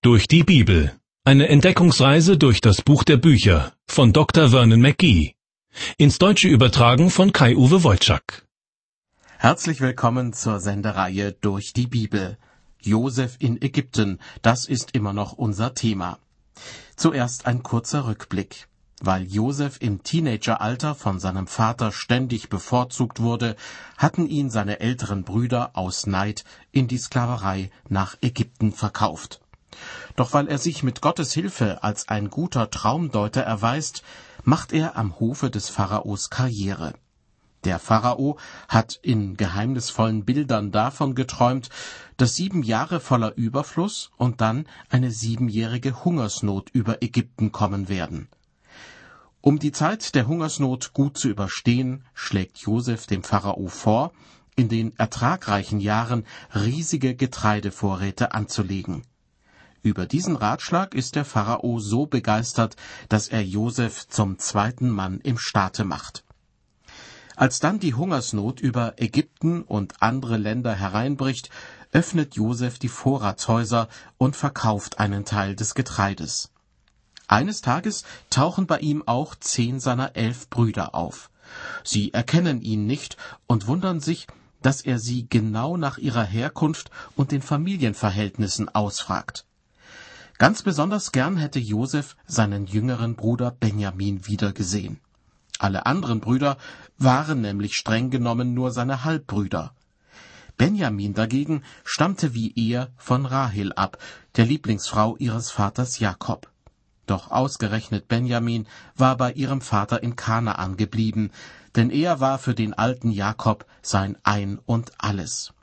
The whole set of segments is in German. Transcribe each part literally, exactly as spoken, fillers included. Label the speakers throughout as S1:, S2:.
S1: Durch die Bibel. Eine Entdeckungsreise durch das Buch der Bücher von Doktor Vernon McGee. Ins Deutsche übertragen von Kai-Uwe Wojczak.
S2: Herzlich willkommen zur Sendereihe Durch die Bibel. Josef in Ägypten, das ist immer noch unser Thema. Zuerst ein kurzer Rückblick. Weil Josef im Teenageralter von seinem Vater ständig bevorzugt wurde, hatten ihn seine älteren Brüder aus Neid in die Sklaverei nach Ägypten verkauft. Doch weil er sich mit Gottes Hilfe als ein guter Traumdeuter erweist, macht er am Hofe des Pharaos Karriere. Der Pharao hat in geheimnisvollen Bildern davon geträumt, dass sieben Jahre voller Überfluss und dann eine siebenjährige Hungersnot über Ägypten kommen werden. Um die Zeit der Hungersnot gut zu überstehen, schlägt Josef dem Pharao vor, in den ertragreichen Jahren riesige Getreidevorräte anzulegen. Über diesen Ratschlag ist der Pharao so begeistert, dass er Josef zum zweiten Mann im Staate macht. Als dann die Hungersnot über Ägypten und andere Länder hereinbricht, öffnet Josef die Vorratshäuser und verkauft einen Teil des Getreides. Eines Tages tauchen bei ihm auch zehn seiner elf Brüder auf. Sie erkennen ihn nicht und wundern sich, dass er sie genau nach ihrer Herkunft und den Familienverhältnissen ausfragt. Ganz besonders gern hätte Josef seinen jüngeren Bruder Benjamin wiedergesehen. Alle anderen Brüder waren nämlich streng genommen nur seine Halbbrüder. Benjamin dagegen stammte wie er von Rahel ab, der Lieblingsfrau ihres Vaters Jakob. Doch ausgerechnet Benjamin war bei ihrem Vater in Kanaan geblieben, denn er war für den alten Jakob sein Ein und Alles.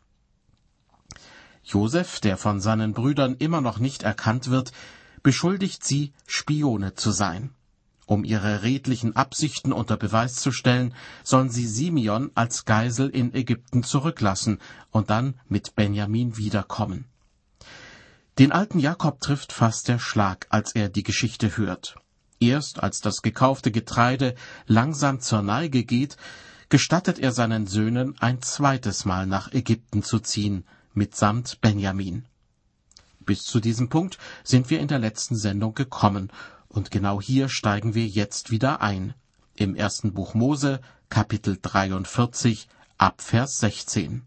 S2: Josef, der von seinen Brüdern immer noch nicht erkannt wird, beschuldigt sie, Spione zu sein. Um ihre redlichen Absichten unter Beweis zu stellen, sollen sie Simeon als Geisel in Ägypten zurücklassen und dann mit Benjamin wiederkommen. Den alten Jakob trifft fast der Schlag, als er die Geschichte hört. Erst als das gekaufte Getreide langsam zur Neige geht, gestattet er seinen Söhnen, ein zweites Mal nach Ägypten zu ziehen, mitsamt Benjamin. Bis zu diesem Punkt sind wir in der letzten Sendung gekommen, und genau hier steigen wir jetzt wieder ein. Im ersten Buch Mose, Kapitel dreiundvierzig, ab Vers sechzehn.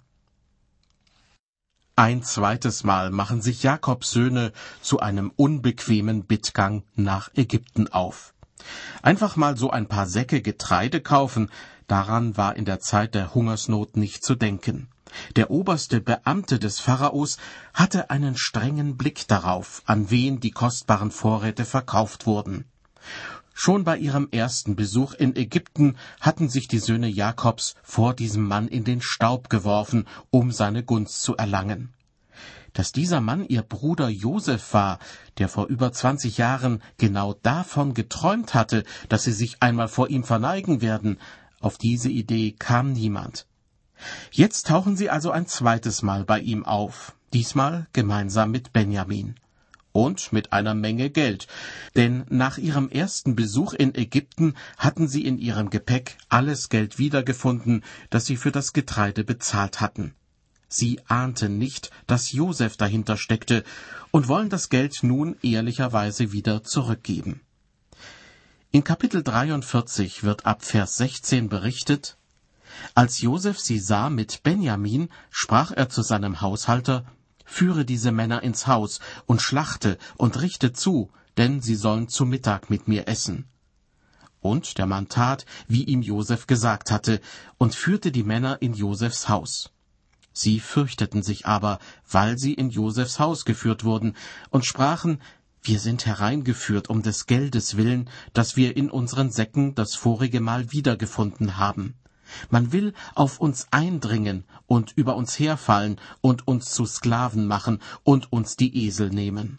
S2: Ein zweites Mal machen sich Jakobs Söhne zu einem unbequemen Bittgang nach Ägypten auf. Einfach mal so ein paar Säcke Getreide kaufen, daran war in der Zeit der Hungersnot nicht zu denken. Der oberste Beamte des Pharaos hatte einen strengen Blick darauf, an wen die kostbaren Vorräte verkauft wurden. Schon bei ihrem ersten Besuch in Ägypten hatten sich die Söhne Jakobs vor diesem Mann in den Staub geworfen, um seine Gunst zu erlangen. Dass dieser Mann ihr Bruder Josef war, der vor über zwanzig Jahren genau davon geträumt hatte, dass sie sich einmal vor ihm verneigen werden, auf diese Idee kam niemand. Jetzt tauchen sie also ein zweites Mal bei ihm auf, diesmal gemeinsam mit Benjamin. Und mit einer Menge Geld, denn nach ihrem ersten Besuch in Ägypten hatten sie in ihrem Gepäck alles Geld wiedergefunden, das sie für das Getreide bezahlt hatten. Sie ahnten nicht, dass Josef dahinter steckte und wollen das Geld nun ehrlicherweise wieder zurückgeben. In Kapitel dreiundvierzig wird ab Vers sechzehn berichtet: Als Josef sie sah mit Benjamin, sprach er zu seinem Haushalter: Führe diese Männer ins Haus und schlachte und richte zu, denn sie sollen zu Mittag mit mir essen. Und der Mann tat, wie ihm Josef gesagt hatte, und führte die Männer in Josefs Haus. Sie fürchteten sich aber, weil sie in Josefs Haus geführt wurden, und sprachen: Wir sind hereingeführt um des Geldes willen, das wir in unseren Säcken das vorige Mal wiedergefunden haben. Man will auf uns eindringen und über uns herfallen und uns zu Sklaven machen und uns die Esel nehmen.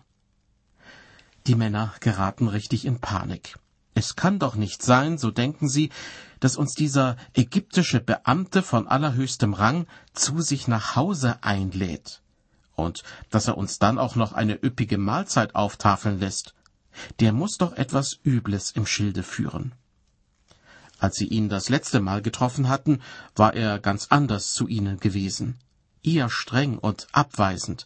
S2: Die Männer geraten richtig in Panik. Es kann doch nicht sein, so denken sie, dass uns dieser ägyptische Beamte von allerhöchstem Rang zu sich nach Hause einlädt. Und dass er uns dann auch noch eine üppige Mahlzeit auftafeln lässt. Der muss doch etwas Übles im Schilde führen. Als sie ihn das letzte Mal getroffen hatten, war er ganz anders zu ihnen gewesen. Eher streng und abweisend.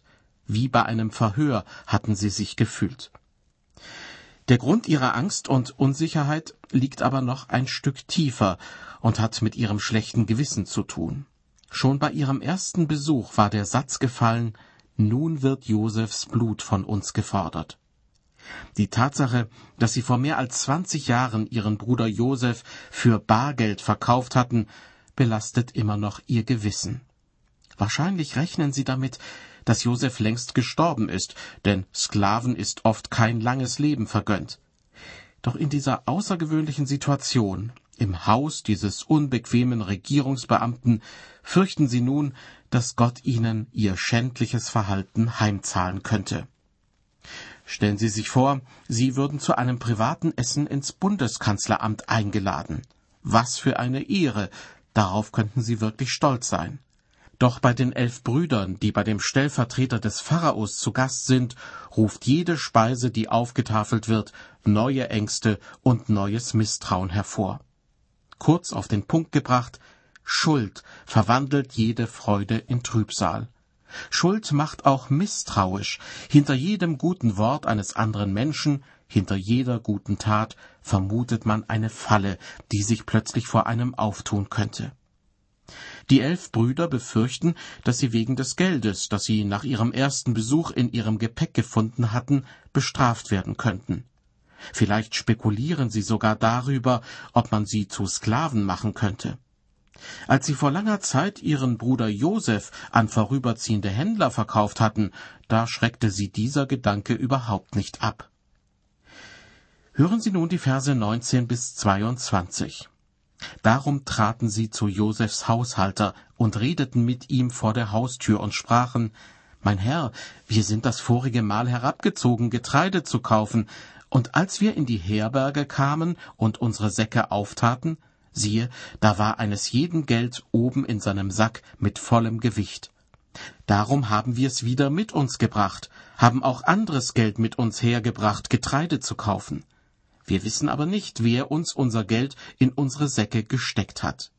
S2: Wie bei einem Verhör hatten sie sich gefühlt. Der Grund ihrer Angst und Unsicherheit liegt aber noch ein Stück tiefer und hat mit ihrem schlechten Gewissen zu tun. Schon bei ihrem ersten Besuch war der Satz gefallen: Nun wird Josefs Blut von uns gefordert. Die Tatsache, dass sie vor mehr als zwanzig Jahren ihren Bruder Josef für Bargeld verkauft hatten, belastet immer noch ihr Gewissen. Wahrscheinlich rechnen sie damit, dass Josef längst gestorben ist, denn Sklaven ist oft kein langes Leben vergönnt. Doch in dieser außergewöhnlichen Situation, im Haus dieses unbequemen Regierungsbeamten, fürchten sie nun, dass Gott ihnen ihr schändliches Verhalten heimzahlen könnte. Stellen Sie sich vor, Sie würden zu einem privaten Essen ins Bundeskanzleramt eingeladen. Was für eine Ehre! Darauf könnten Sie wirklich stolz sein. Doch bei den elf Brüdern, die bei dem Stellvertreter des Pharaos zu Gast sind, ruft jede Speise, die aufgetafelt wird, neue Ängste und neues Misstrauen hervor. Kurz auf den Punkt gebracht: Schuld verwandelt jede Freude in Trübsal. Schuld macht auch misstrauisch. Hinter jedem guten Wort eines anderen Menschen, hinter jeder guten Tat vermutet man eine Falle, die sich plötzlich vor einem auftun könnte. Die elf Brüder befürchten, dass sie wegen des Geldes, das sie nach ihrem ersten Besuch in ihrem Gepäck gefunden hatten, bestraft werden könnten. Vielleicht spekulieren sie sogar darüber, ob man sie zu Sklaven machen könnte. Als sie vor langer Zeit ihren Bruder Josef an vorüberziehende Händler verkauft hatten, da schreckte sie dieser Gedanke überhaupt nicht ab. Hören Sie nun die Verse neunzehn bis zweiundzwanzig. Darum traten sie zu Josefs Haushalter und redeten mit ihm vor der Haustür und sprachen: Mein Herr, wir sind das vorige Mal herabgezogen, Getreide zu kaufen, und als wir in die Herberge kamen und unsere Säcke auftaten, siehe, da war eines jeden Geld oben in seinem Sack mit vollem Gewicht. Darum haben wir es wieder mit uns gebracht, haben auch anderes Geld mit uns hergebracht, Getreide zu kaufen. Wir wissen aber nicht, wer uns unser Geld in unsere Säcke gesteckt hat.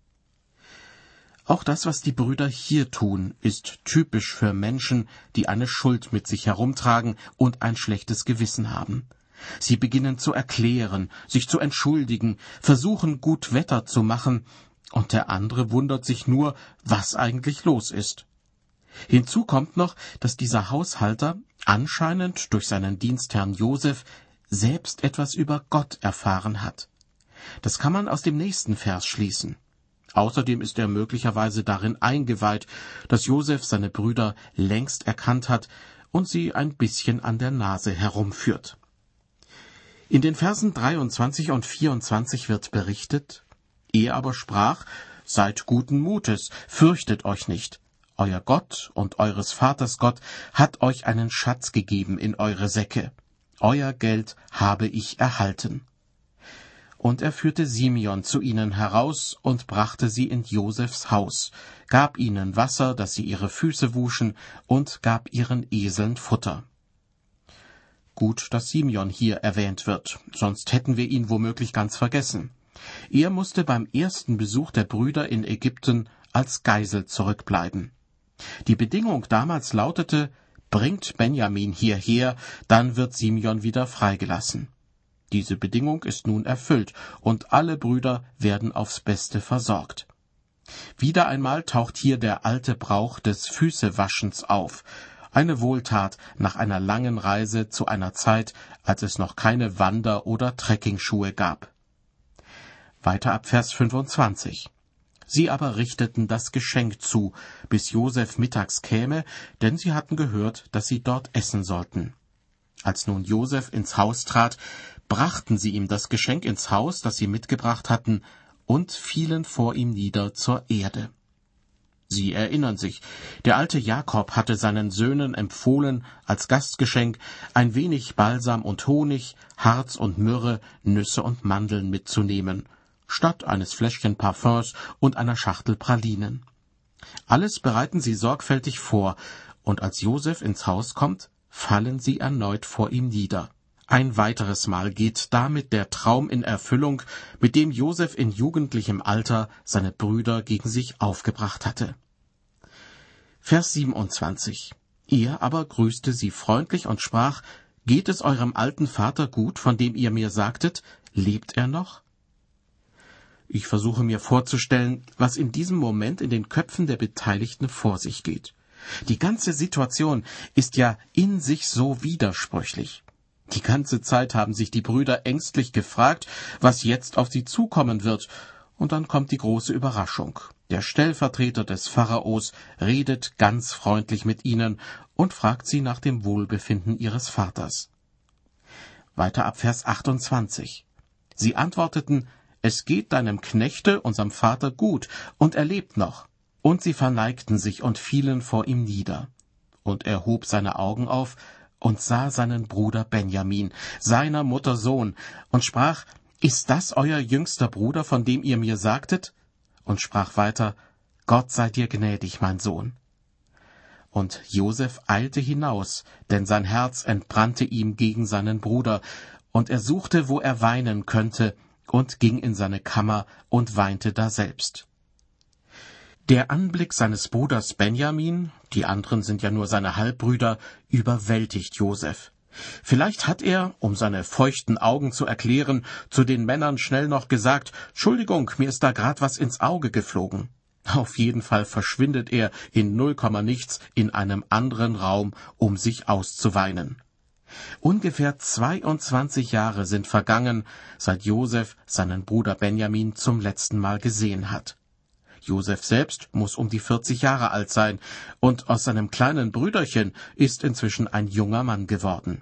S2: Auch das, was die Brüder hier tun, ist typisch für Menschen, die eine Schuld mit sich herumtragen und ein schlechtes Gewissen haben. Sie beginnen zu erklären, sich zu entschuldigen, versuchen gut Wetter zu machen, und der andere wundert sich nur, was eigentlich los ist. Hinzu kommt noch, dass dieser Haushalter anscheinend durch seinen Dienstherrn Josef selbst etwas über Gott erfahren hat. Das kann man aus dem nächsten Vers schließen. Außerdem ist er möglicherweise darin eingeweiht, dass Josef seine Brüder längst erkannt hat und sie ein bisschen an der Nase herumführt. In den Versen dreiundzwanzig und vierundzwanzig wird berichtet: Er aber sprach: Seid guten Mutes, fürchtet euch nicht. Euer Gott und eures Vaters Gott hat euch einen Schatz gegeben in eure Säcke. Euer Geld habe ich erhalten. Und er führte Simeon zu ihnen heraus und brachte sie in Josefs Haus, gab ihnen Wasser, dass sie ihre Füße wuschen, und gab ihren Eseln Futter. Gut, dass Simeon hier erwähnt wird, sonst hätten wir ihn womöglich ganz vergessen. Er musste beim ersten Besuch der Brüder in Ägypten als Geisel zurückbleiben. Die Bedingung damals lautete: Bringt Benjamin hierher, dann wird Simeon wieder freigelassen. Diese Bedingung ist nun erfüllt, und alle Brüder werden aufs Beste versorgt. Wieder einmal taucht hier der alte Brauch des Füßewaschens auf, eine Wohltat nach einer langen Reise zu einer Zeit, als es noch keine Wander- oder Trekkingschuhe gab. Weiter ab Vers fünfundzwanzig. Sie aber richteten das Geschenk zu, bis Josef mittags käme, denn sie hatten gehört, dass sie dort essen sollten. Als nun Josef ins Haus trat, brachten sie ihm das Geschenk ins Haus, das sie mitgebracht hatten, und fielen vor ihm nieder zur Erde. Sie erinnern sich, der alte Jakob hatte seinen Söhnen empfohlen, als Gastgeschenk ein wenig Balsam und Honig, Harz und Myrrhe, Nüsse und Mandeln mitzunehmen, statt eines Fläschchen Parfüms und einer Schachtel Pralinen. Alles bereiten sie sorgfältig vor, und als Josef ins Haus kommt, fallen sie erneut vor ihm nieder. Ein weiteres Mal geht damit der Traum in Erfüllung, mit dem Josef in jugendlichem Alter seine Brüder gegen sich aufgebracht hatte. Vers siebenundzwanzig. Er aber grüßte sie freundlich und sprach: »Geht es eurem alten Vater gut, von dem ihr mir sagtet, lebt er noch?« Ich versuche mir vorzustellen, was in diesem Moment in den Köpfen der Beteiligten vor sich geht. Die ganze Situation ist ja in sich so widersprüchlich. Die ganze Zeit haben sich die Brüder ängstlich gefragt, was jetzt auf sie zukommen wird. Und dann kommt die große Überraschung. Der Stellvertreter des Pharaos redet ganz freundlich mit ihnen und fragt sie nach dem Wohlbefinden ihres Vaters. Weiter ab Vers achtundzwanzig. Sie antworteten: »Es geht deinem Knechte, unserem Vater, gut, und er lebt noch.« Und sie verneigten sich und fielen vor ihm nieder. Und er hob seine Augen auf und sah seinen Bruder Benjamin, seiner Mutter Sohn, und sprach: »Ist das euer jüngster Bruder, von dem ihr mir sagtet?« Und sprach weiter: »Gott sei dir gnädig, mein Sohn.« Und Josef eilte hinaus, denn sein Herz entbrannte ihm gegen seinen Bruder, und er suchte, wo er weinen könnte, und ging in seine Kammer und weinte daselbst. Der Anblick seines Bruders Benjamin, die anderen sind ja nur seine Halbbrüder, überwältigt Josef. Vielleicht hat er, um seine feuchten Augen zu erklären, zu den Männern schnell noch gesagt: »Entschuldigung, mir ist da grad was ins Auge geflogen.« Auf jeden Fall verschwindet er in null Komma nichts in einem anderen Raum, um sich auszuweinen. Ungefähr zweiundzwanzig Jahre sind vergangen, seit Josef seinen Bruder Benjamin zum letzten Mal gesehen hat. Josef selbst muss um die vierzig Jahre alt sein, und aus seinem kleinen Brüderchen ist inzwischen ein junger Mann geworden.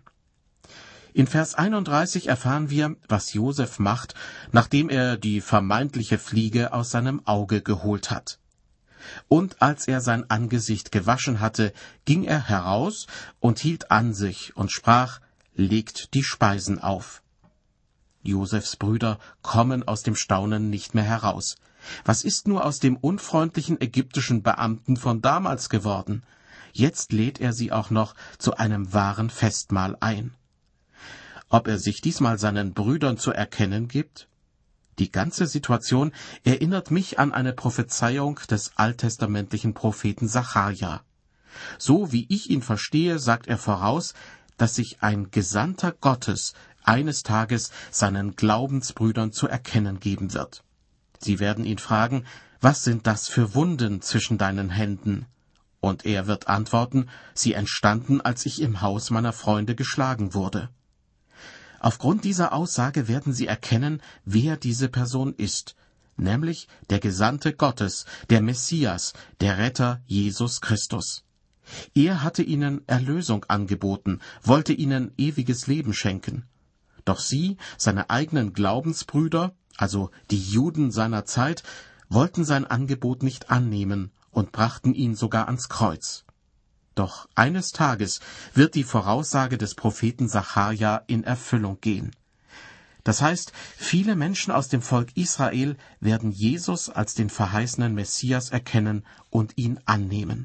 S2: In Vers einunddreißig erfahren wir, was Josef macht, nachdem er die vermeintliche Fliege aus seinem Auge geholt hat. Und als er sein Angesicht gewaschen hatte, ging er heraus und hielt an sich und sprach: »Legt die Speisen auf.« Josefs Brüder kommen aus dem Staunen nicht mehr heraus. Was ist nur aus dem unfreundlichen ägyptischen Beamten von damals geworden? Jetzt lädt er sie auch noch zu einem wahren Festmahl ein. Ob er sich diesmal seinen Brüdern zu erkennen gibt? Die ganze Situation erinnert mich an eine Prophezeiung des alttestamentlichen Propheten Sacharja. So wie ich ihn verstehe, sagt er voraus, dass sich ein Gesandter Gottes eines Tages seinen Glaubensbrüdern zu erkennen geben wird. Sie werden ihn fragen: »Was sind das für Wunden zwischen deinen Händen?« Und er wird antworten: »Sie entstanden, als ich im Haus meiner Freunde geschlagen wurde.« Aufgrund dieser Aussage werden sie erkennen, wer diese Person ist, nämlich der Gesandte Gottes, der Messias, der Retter Jesus Christus. Er hatte ihnen Erlösung angeboten, wollte ihnen ewiges Leben schenken. Doch sie, seine eigenen Glaubensbrüder, also die Juden seiner Zeit, wollten sein Angebot nicht annehmen und brachten ihn sogar ans Kreuz. Doch eines Tages wird die Voraussage des Propheten Sacharja in Erfüllung gehen. Das heißt, viele Menschen aus dem Volk Israel werden Jesus als den verheißenen Messias erkennen und ihn annehmen.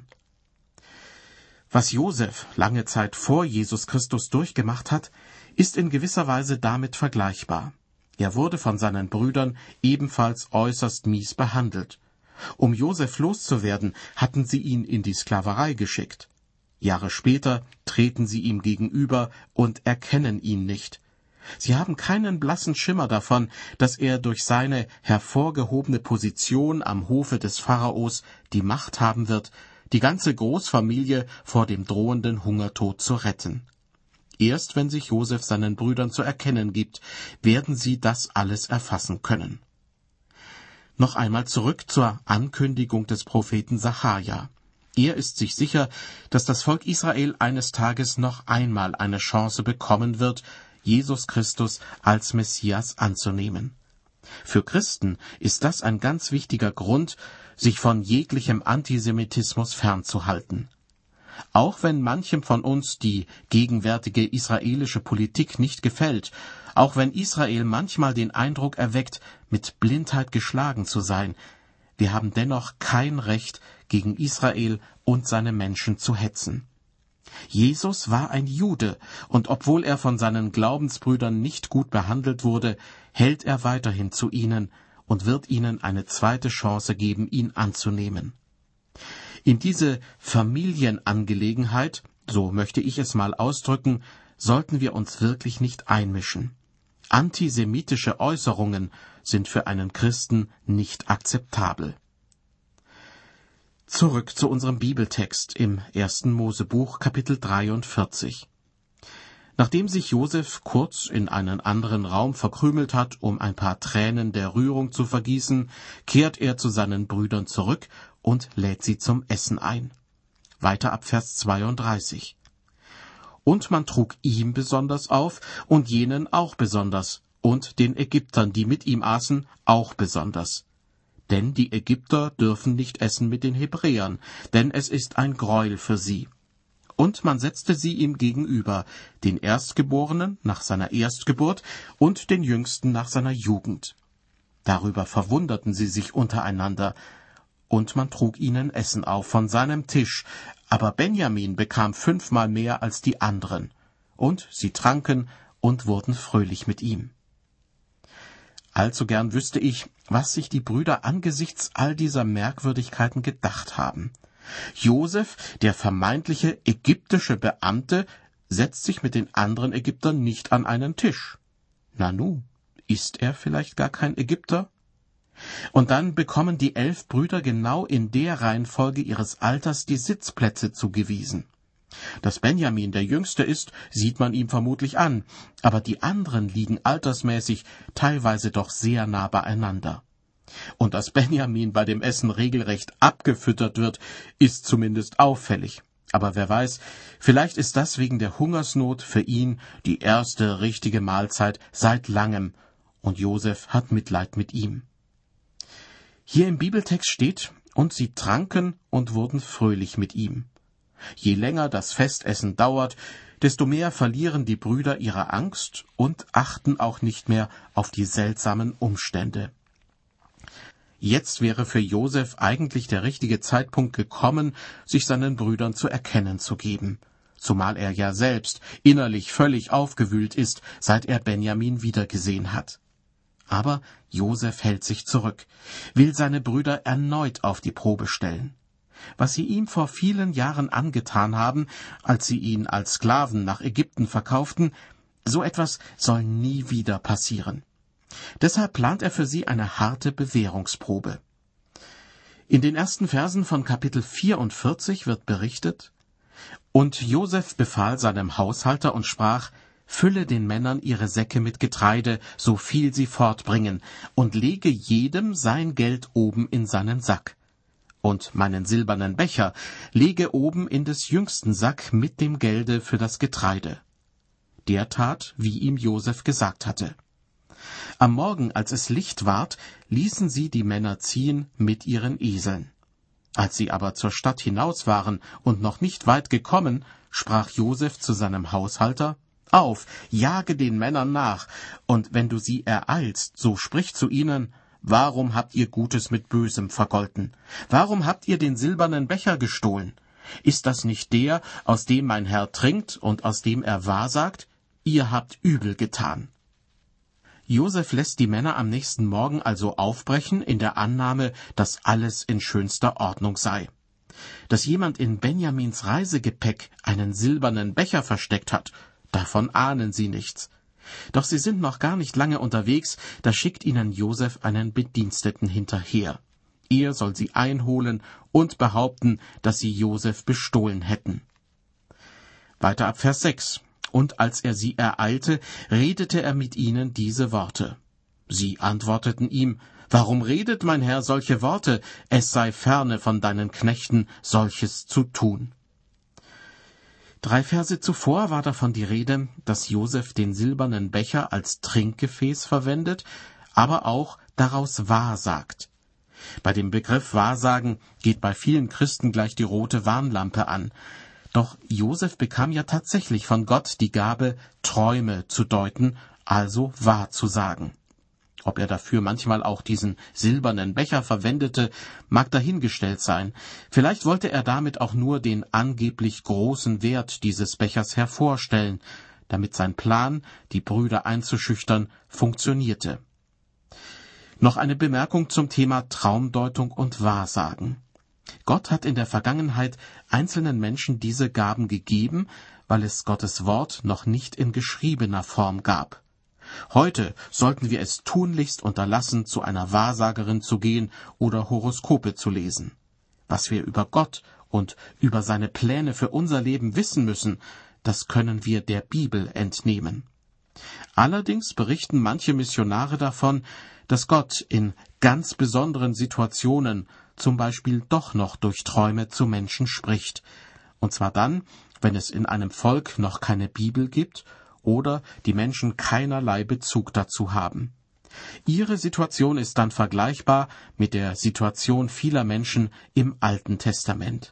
S2: Was Josef lange Zeit vor Jesus Christus durchgemacht hat, ist in gewisser Weise damit vergleichbar. Er wurde von seinen Brüdern ebenfalls äußerst mies behandelt. Um Josef loszuwerden, hatten sie ihn in die Sklaverei geschickt. Jahre später treten sie ihm gegenüber und erkennen ihn nicht. Sie haben keinen blassen Schimmer davon, dass er durch seine hervorgehobene Position am Hofe des Pharaos die Macht haben wird, die ganze Großfamilie vor dem drohenden Hungertod zu retten. Erst wenn sich Josef seinen Brüdern zu erkennen gibt, werden sie das alles erfassen können. Noch einmal zurück zur Ankündigung des Propheten Sacharja. Er ist sich sicher, dass das Volk Israel eines Tages noch einmal eine Chance bekommen wird, Jesus Christus als Messias anzunehmen. Für Christen ist das ein ganz wichtiger Grund, sich von jeglichem Antisemitismus fernzuhalten. Auch wenn manchem von uns die gegenwärtige israelische Politik nicht gefällt, auch wenn Israel manchmal den Eindruck erweckt, mit Blindheit geschlagen zu sein, wir haben dennoch kein Recht, gegen Israel und seine Menschen zu hetzen. Jesus war ein Jude, und obwohl er von seinen Glaubensbrüdern nicht gut behandelt wurde, hält er weiterhin zu ihnen und wird ihnen eine zweite Chance geben, ihn anzunehmen. In diese Familienangelegenheit, so möchte ich es mal ausdrücken, sollten wir uns wirklich nicht einmischen. Antisemitische Äußerungen sind für einen Christen nicht akzeptabel. Zurück zu unserem Bibeltext im ersten Mosebuch, Kapitel dreiundvierzig. Nachdem sich Josef kurz in einen anderen Raum verkrümelt hat, um ein paar Tränen der Rührung zu vergießen, kehrt er zu seinen Brüdern zurück und lädt sie zum Essen ein. Weiter ab Vers zweiunddreißig. Und man trug ihm besonders auf und jenen auch besonders und den Ägyptern, die mit ihm aßen, auch besonders. Denn die Ägypter dürfen nicht essen mit den Hebräern, denn es ist ein Greuel für sie. Und man setzte sie ihm gegenüber, den Erstgeborenen nach seiner Erstgeburt und den Jüngsten nach seiner Jugend. Darüber verwunderten sie sich untereinander, und man trug ihnen Essen auf von seinem Tisch, aber Benjamin bekam fünfmal mehr als die anderen, und sie tranken und wurden fröhlich mit ihm. Allzu gern wüsste ich, was sich die Brüder angesichts all dieser Merkwürdigkeiten gedacht haben. Josef, der vermeintliche ägyptische Beamte, setzt sich mit den anderen Ägyptern nicht an einen Tisch. Nanu, ist er vielleicht gar kein Ägypter? Und dann bekommen die elf Brüder genau in der Reihenfolge ihres Alters die Sitzplätze zugewiesen. Dass Benjamin der Jüngste ist, sieht man ihm vermutlich an, aber die anderen liegen altersmäßig teilweise doch sehr nah beieinander. Und dass Benjamin bei dem Essen regelrecht abgefüttert wird, ist zumindest auffällig. Aber wer weiß, vielleicht ist das wegen der Hungersnot für ihn die erste richtige Mahlzeit seit langem, und Josef hat Mitleid mit ihm. Hier im Bibeltext steht, und sie tranken und wurden fröhlich mit ihm. Je länger das Festessen dauert, desto mehr verlieren die Brüder ihre Angst und achten auch nicht mehr auf die seltsamen Umstände. Jetzt wäre für Josef eigentlich der richtige Zeitpunkt gekommen, sich seinen Brüdern zu erkennen zu geben, zumal er ja selbst innerlich völlig aufgewühlt ist, seit er Benjamin wiedergesehen hat. Aber Josef hält sich zurück, will seine Brüder erneut auf die Probe stellen. Was sie ihm vor vielen Jahren angetan haben, als sie ihn als Sklaven nach Ägypten verkauften, so etwas soll nie wieder passieren. Deshalb plant er für sie eine harte Bewährungsprobe. In den ersten Versen von Kapitel vierundvierzig wird berichtet: Und Josef befahl seinem Haushalter und sprach: Fülle den Männern ihre Säcke mit Getreide, so viel sie fortbringen, und lege jedem sein Geld oben in seinen Sack. Und meinen silbernen Becher lege oben in des jüngsten Sack mit dem Gelde für das Getreide. Der tat, wie ihm Josef gesagt hatte. Am Morgen, als es Licht ward, ließen sie die Männer ziehen mit ihren Eseln. Als sie aber zur Stadt hinaus waren und noch nicht weit gekommen, sprach Josef zu seinem Haushalter: Auf, jage den Männern nach, und wenn du sie ereilst, so sprich zu ihnen: Warum habt ihr Gutes mit Bösem vergolten? Warum habt ihr den silbernen Becher gestohlen? Ist das nicht der, aus dem mein Herr trinkt und aus dem er wahrsagt? Ihr habt übel getan. Josef lässt die Männer am nächsten Morgen also aufbrechen, in der Annahme, dass alles in schönster Ordnung sei. Dass jemand in Benjamins Reisegepäck einen silbernen Becher versteckt hat, davon ahnen sie nichts. Doch sie sind noch gar nicht lange unterwegs, da schickt ihnen Josef einen Bediensteten hinterher. Er soll sie einholen und behaupten, dass sie Josef bestohlen hätten. Weiter ab Vers sechs. Und als er sie ereilte, redete er mit ihnen diese Worte. Sie antworteten ihm: Warum redet mein Herr solche Worte? Es sei ferne von deinen Knechten, solches zu tun. Drei Verse zuvor war davon die Rede, dass Josef den silbernen Becher als Trinkgefäß verwendet, aber auch daraus wahrsagt. Bei dem Begriff Wahrsagen geht bei vielen Christen gleich die rote Warnlampe an. Doch Josef bekam ja tatsächlich von Gott die Gabe, Träume zu deuten, also wahrzusagen. Ob er dafür manchmal auch diesen silbernen Becher verwendete, mag dahingestellt sein. Vielleicht wollte er damit auch nur den angeblich großen Wert dieses Bechers hervorstellen, damit sein Plan, die Brüder einzuschüchtern, funktionierte. Noch eine Bemerkung zum Thema Traumdeutung und Wahrsagen. Gott hat in der Vergangenheit einzelnen Menschen diese Gaben gegeben, weil es Gottes Wort noch nicht in geschriebener Form gab. Heute sollten wir es tunlichst unterlassen, zu einer Wahrsagerin zu gehen oder Horoskope zu lesen. Was wir über Gott und über seine Pläne für unser Leben wissen müssen, das können wir der Bibel entnehmen. Allerdings berichten manche Missionare davon, dass Gott in ganz besonderen Situationen zum Beispiel doch noch durch Träume zu Menschen spricht, und zwar dann, wenn es in einem Volk noch keine Bibel gibt oder die Menschen keinerlei Bezug dazu haben. Ihre Situation ist dann vergleichbar mit der Situation vieler Menschen im Alten Testament.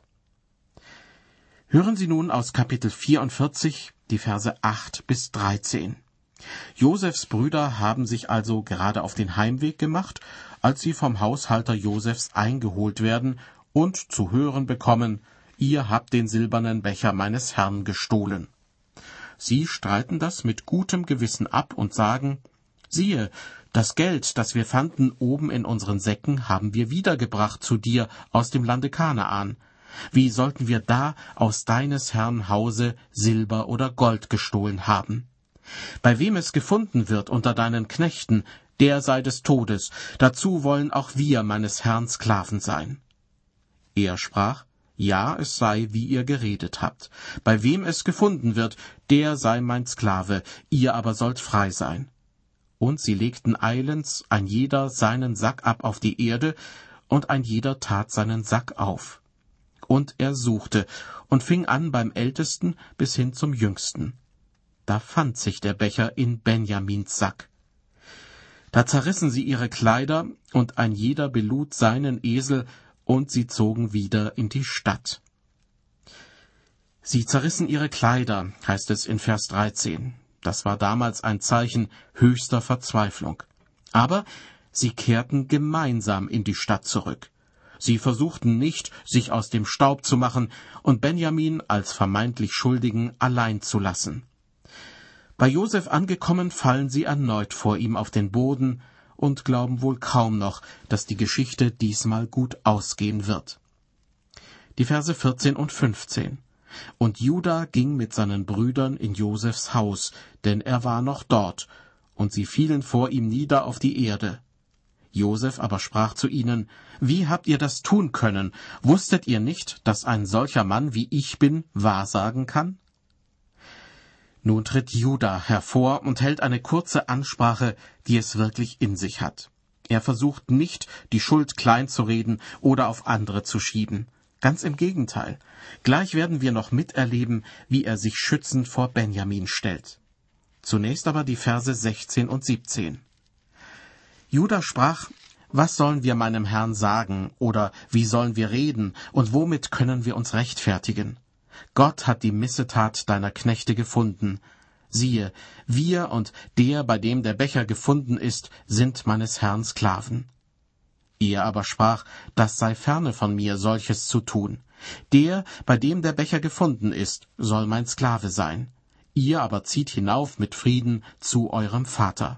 S2: Hören Sie nun aus Kapitel vierundvierzig die Verse acht bis dreizehn. Josefs Brüder haben sich also gerade auf den Heimweg gemacht, als sie vom Haushalter Josefs eingeholt werden und zu hören bekommen: Ihr habt den silbernen Becher meines Herrn gestohlen. Sie streiten das mit gutem Gewissen ab und sagen: Siehe, das Geld, das wir fanden oben in unseren Säcken, haben wir wiedergebracht zu dir aus dem Lande Kanaan. Wie sollten wir da aus deines Herrn Hause Silber oder Gold gestohlen haben? Bei wem es gefunden wird unter deinen Knechten, der sei des Todes. Dazu wollen auch wir meines Herrn Sklaven sein. Er sprach: Ja, es sei, wie ihr geredet habt. Bei wem es gefunden wird, der sei mein Sklave, ihr aber sollt frei sein. Und sie legten eilends ein jeder seinen Sack ab auf die Erde, und ein jeder tat seinen Sack auf. Und er suchte und fing an beim Ältesten bis hin zum Jüngsten. Da fand sich der Becher in Benjamins Sack. Da zerrissen sie ihre Kleider, und ein jeder belud seinen Esel, und sie zogen wieder in die Stadt. Sie zerrissen ihre Kleider, heißt es in Vers dreizehn. Das war damals ein Zeichen höchster Verzweiflung. Aber sie kehrten gemeinsam in die Stadt zurück. Sie versuchten nicht, sich aus dem Staub zu machen und Benjamin als vermeintlich Schuldigen allein zu lassen. Bei Josef angekommen, fallen sie erneut vor ihm auf den Boden und glauben wohl kaum noch, dass die Geschichte diesmal gut ausgehen wird. Die Verse vierzehn und fünfzehn. Und Juda ging mit seinen Brüdern in Josefs Haus, denn er war noch dort, und sie fielen vor ihm nieder auf die Erde. Josef aber sprach zu ihnen: Wie habt ihr das tun können? Wusstet ihr nicht, dass ein solcher Mann wie ich bin wahrsagen kann? Nun tritt Juda hervor und hält eine kurze Ansprache, die es wirklich in sich hat. Er versucht nicht, die Schuld kleinzureden oder auf andere zu schieben. Ganz im Gegenteil. Gleich werden wir noch miterleben, wie er sich schützend vor Benjamin stellt. Zunächst aber die Verse sechzehn und siebzehn. Juda sprach: Was sollen wir meinem Herrn sagen, oder wie sollen wir reden, und womit können wir uns rechtfertigen? Gott hat die Missetat deiner Knechte gefunden. Siehe, wir und der, bei dem der Becher gefunden ist, sind meines Herrn Sklaven. Er aber sprach: Das sei ferne von mir, solches zu tun. Der, bei dem der Becher gefunden ist, soll mein Sklave sein. Ihr aber zieht hinauf mit Frieden zu eurem Vater.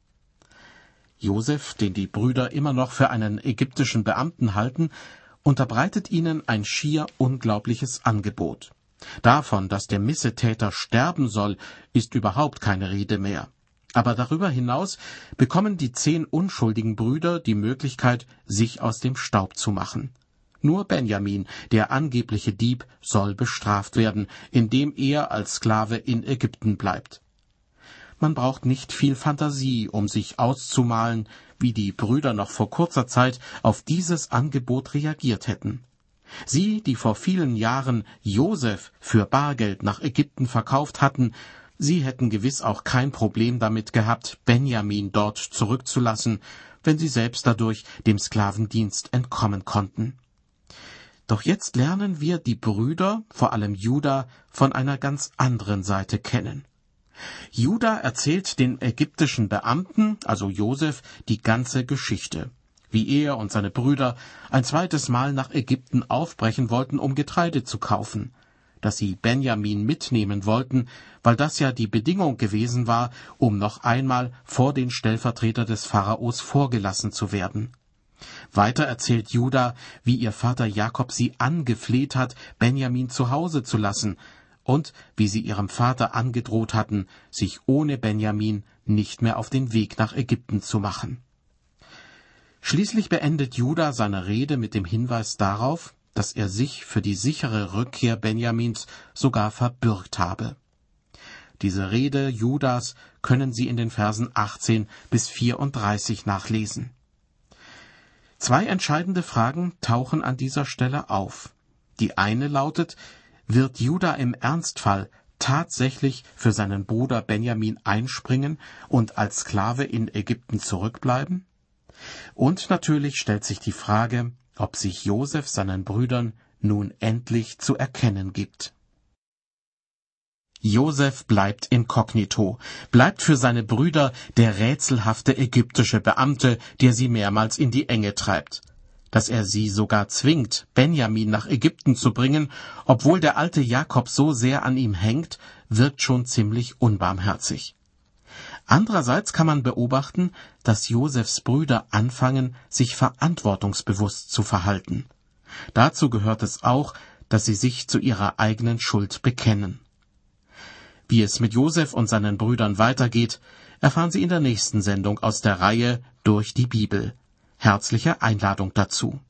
S2: Josef, den die Brüder immer noch für einen ägyptischen Beamten halten, unterbreitet ihnen ein schier unglaubliches Angebot. Davon, dass der Missetäter sterben soll, ist überhaupt keine Rede mehr. Aber darüber hinaus bekommen die zehn unschuldigen Brüder die Möglichkeit, sich aus dem Staub zu machen. Nur Benjamin, der angebliche Dieb, soll bestraft werden, indem er als Sklave in Ägypten bleibt. Man braucht nicht viel Fantasie, um sich auszumalen, wie die Brüder noch vor kurzer Zeit auf dieses Angebot reagiert hätten. Sie, die vor vielen Jahren Josef für Bargeld nach Ägypten verkauft hatten, sie hätten gewiss auch kein Problem damit gehabt, Benjamin dort zurückzulassen, wenn sie selbst dadurch dem Sklavendienst entkommen konnten. Doch jetzt lernen wir die Brüder, vor allem Juda, von einer ganz anderen Seite kennen. Juda erzählt den ägyptischen Beamten, also Josef, die ganze Geschichte, wie er und seine Brüder ein zweites Mal nach Ägypten aufbrechen wollten, um Getreide zu kaufen, dass sie Benjamin mitnehmen wollten, weil das ja die Bedingung gewesen war, um noch einmal vor den Stellvertreter des Pharaos vorgelassen zu werden. Weiter erzählt Juda, wie ihr Vater Jakob sie angefleht hat, Benjamin zu Hause zu lassen, und wie sie ihrem Vater angedroht hatten, sich ohne Benjamin nicht mehr auf den Weg nach Ägypten zu machen. Schließlich beendet Juda seine Rede mit dem Hinweis darauf, dass er sich für die sichere Rückkehr Benjamins sogar verbürgt habe. Diese Rede Judas können Sie in den Versen achtzehn bis vierunddreißig nachlesen. Zwei entscheidende Fragen tauchen an dieser Stelle auf. Die eine lautet: Wird Juda im Ernstfall tatsächlich für seinen Bruder Benjamin einspringen und als Sklave in Ägypten zurückbleiben? Und natürlich stellt sich die Frage, ob sich Josef seinen Brüdern nun endlich zu erkennen gibt. Josef bleibt inkognito, bleibt für seine Brüder der rätselhafte ägyptische Beamte, der sie mehrmals in die Enge treibt. Dass er sie sogar zwingt, Benjamin nach Ägypten zu bringen, obwohl der alte Jakob so sehr an ihm hängt, wirkt schon ziemlich unbarmherzig. Andererseits kann man beobachten, dass Josefs Brüder anfangen, sich verantwortungsbewusst zu verhalten. Dazu gehört es auch, dass sie sich zu ihrer eigenen Schuld bekennen. Wie es mit Josef und seinen Brüdern weitergeht, erfahren Sie in der nächsten Sendung aus der Reihe Durch die Bibel. Herzliche Einladung dazu.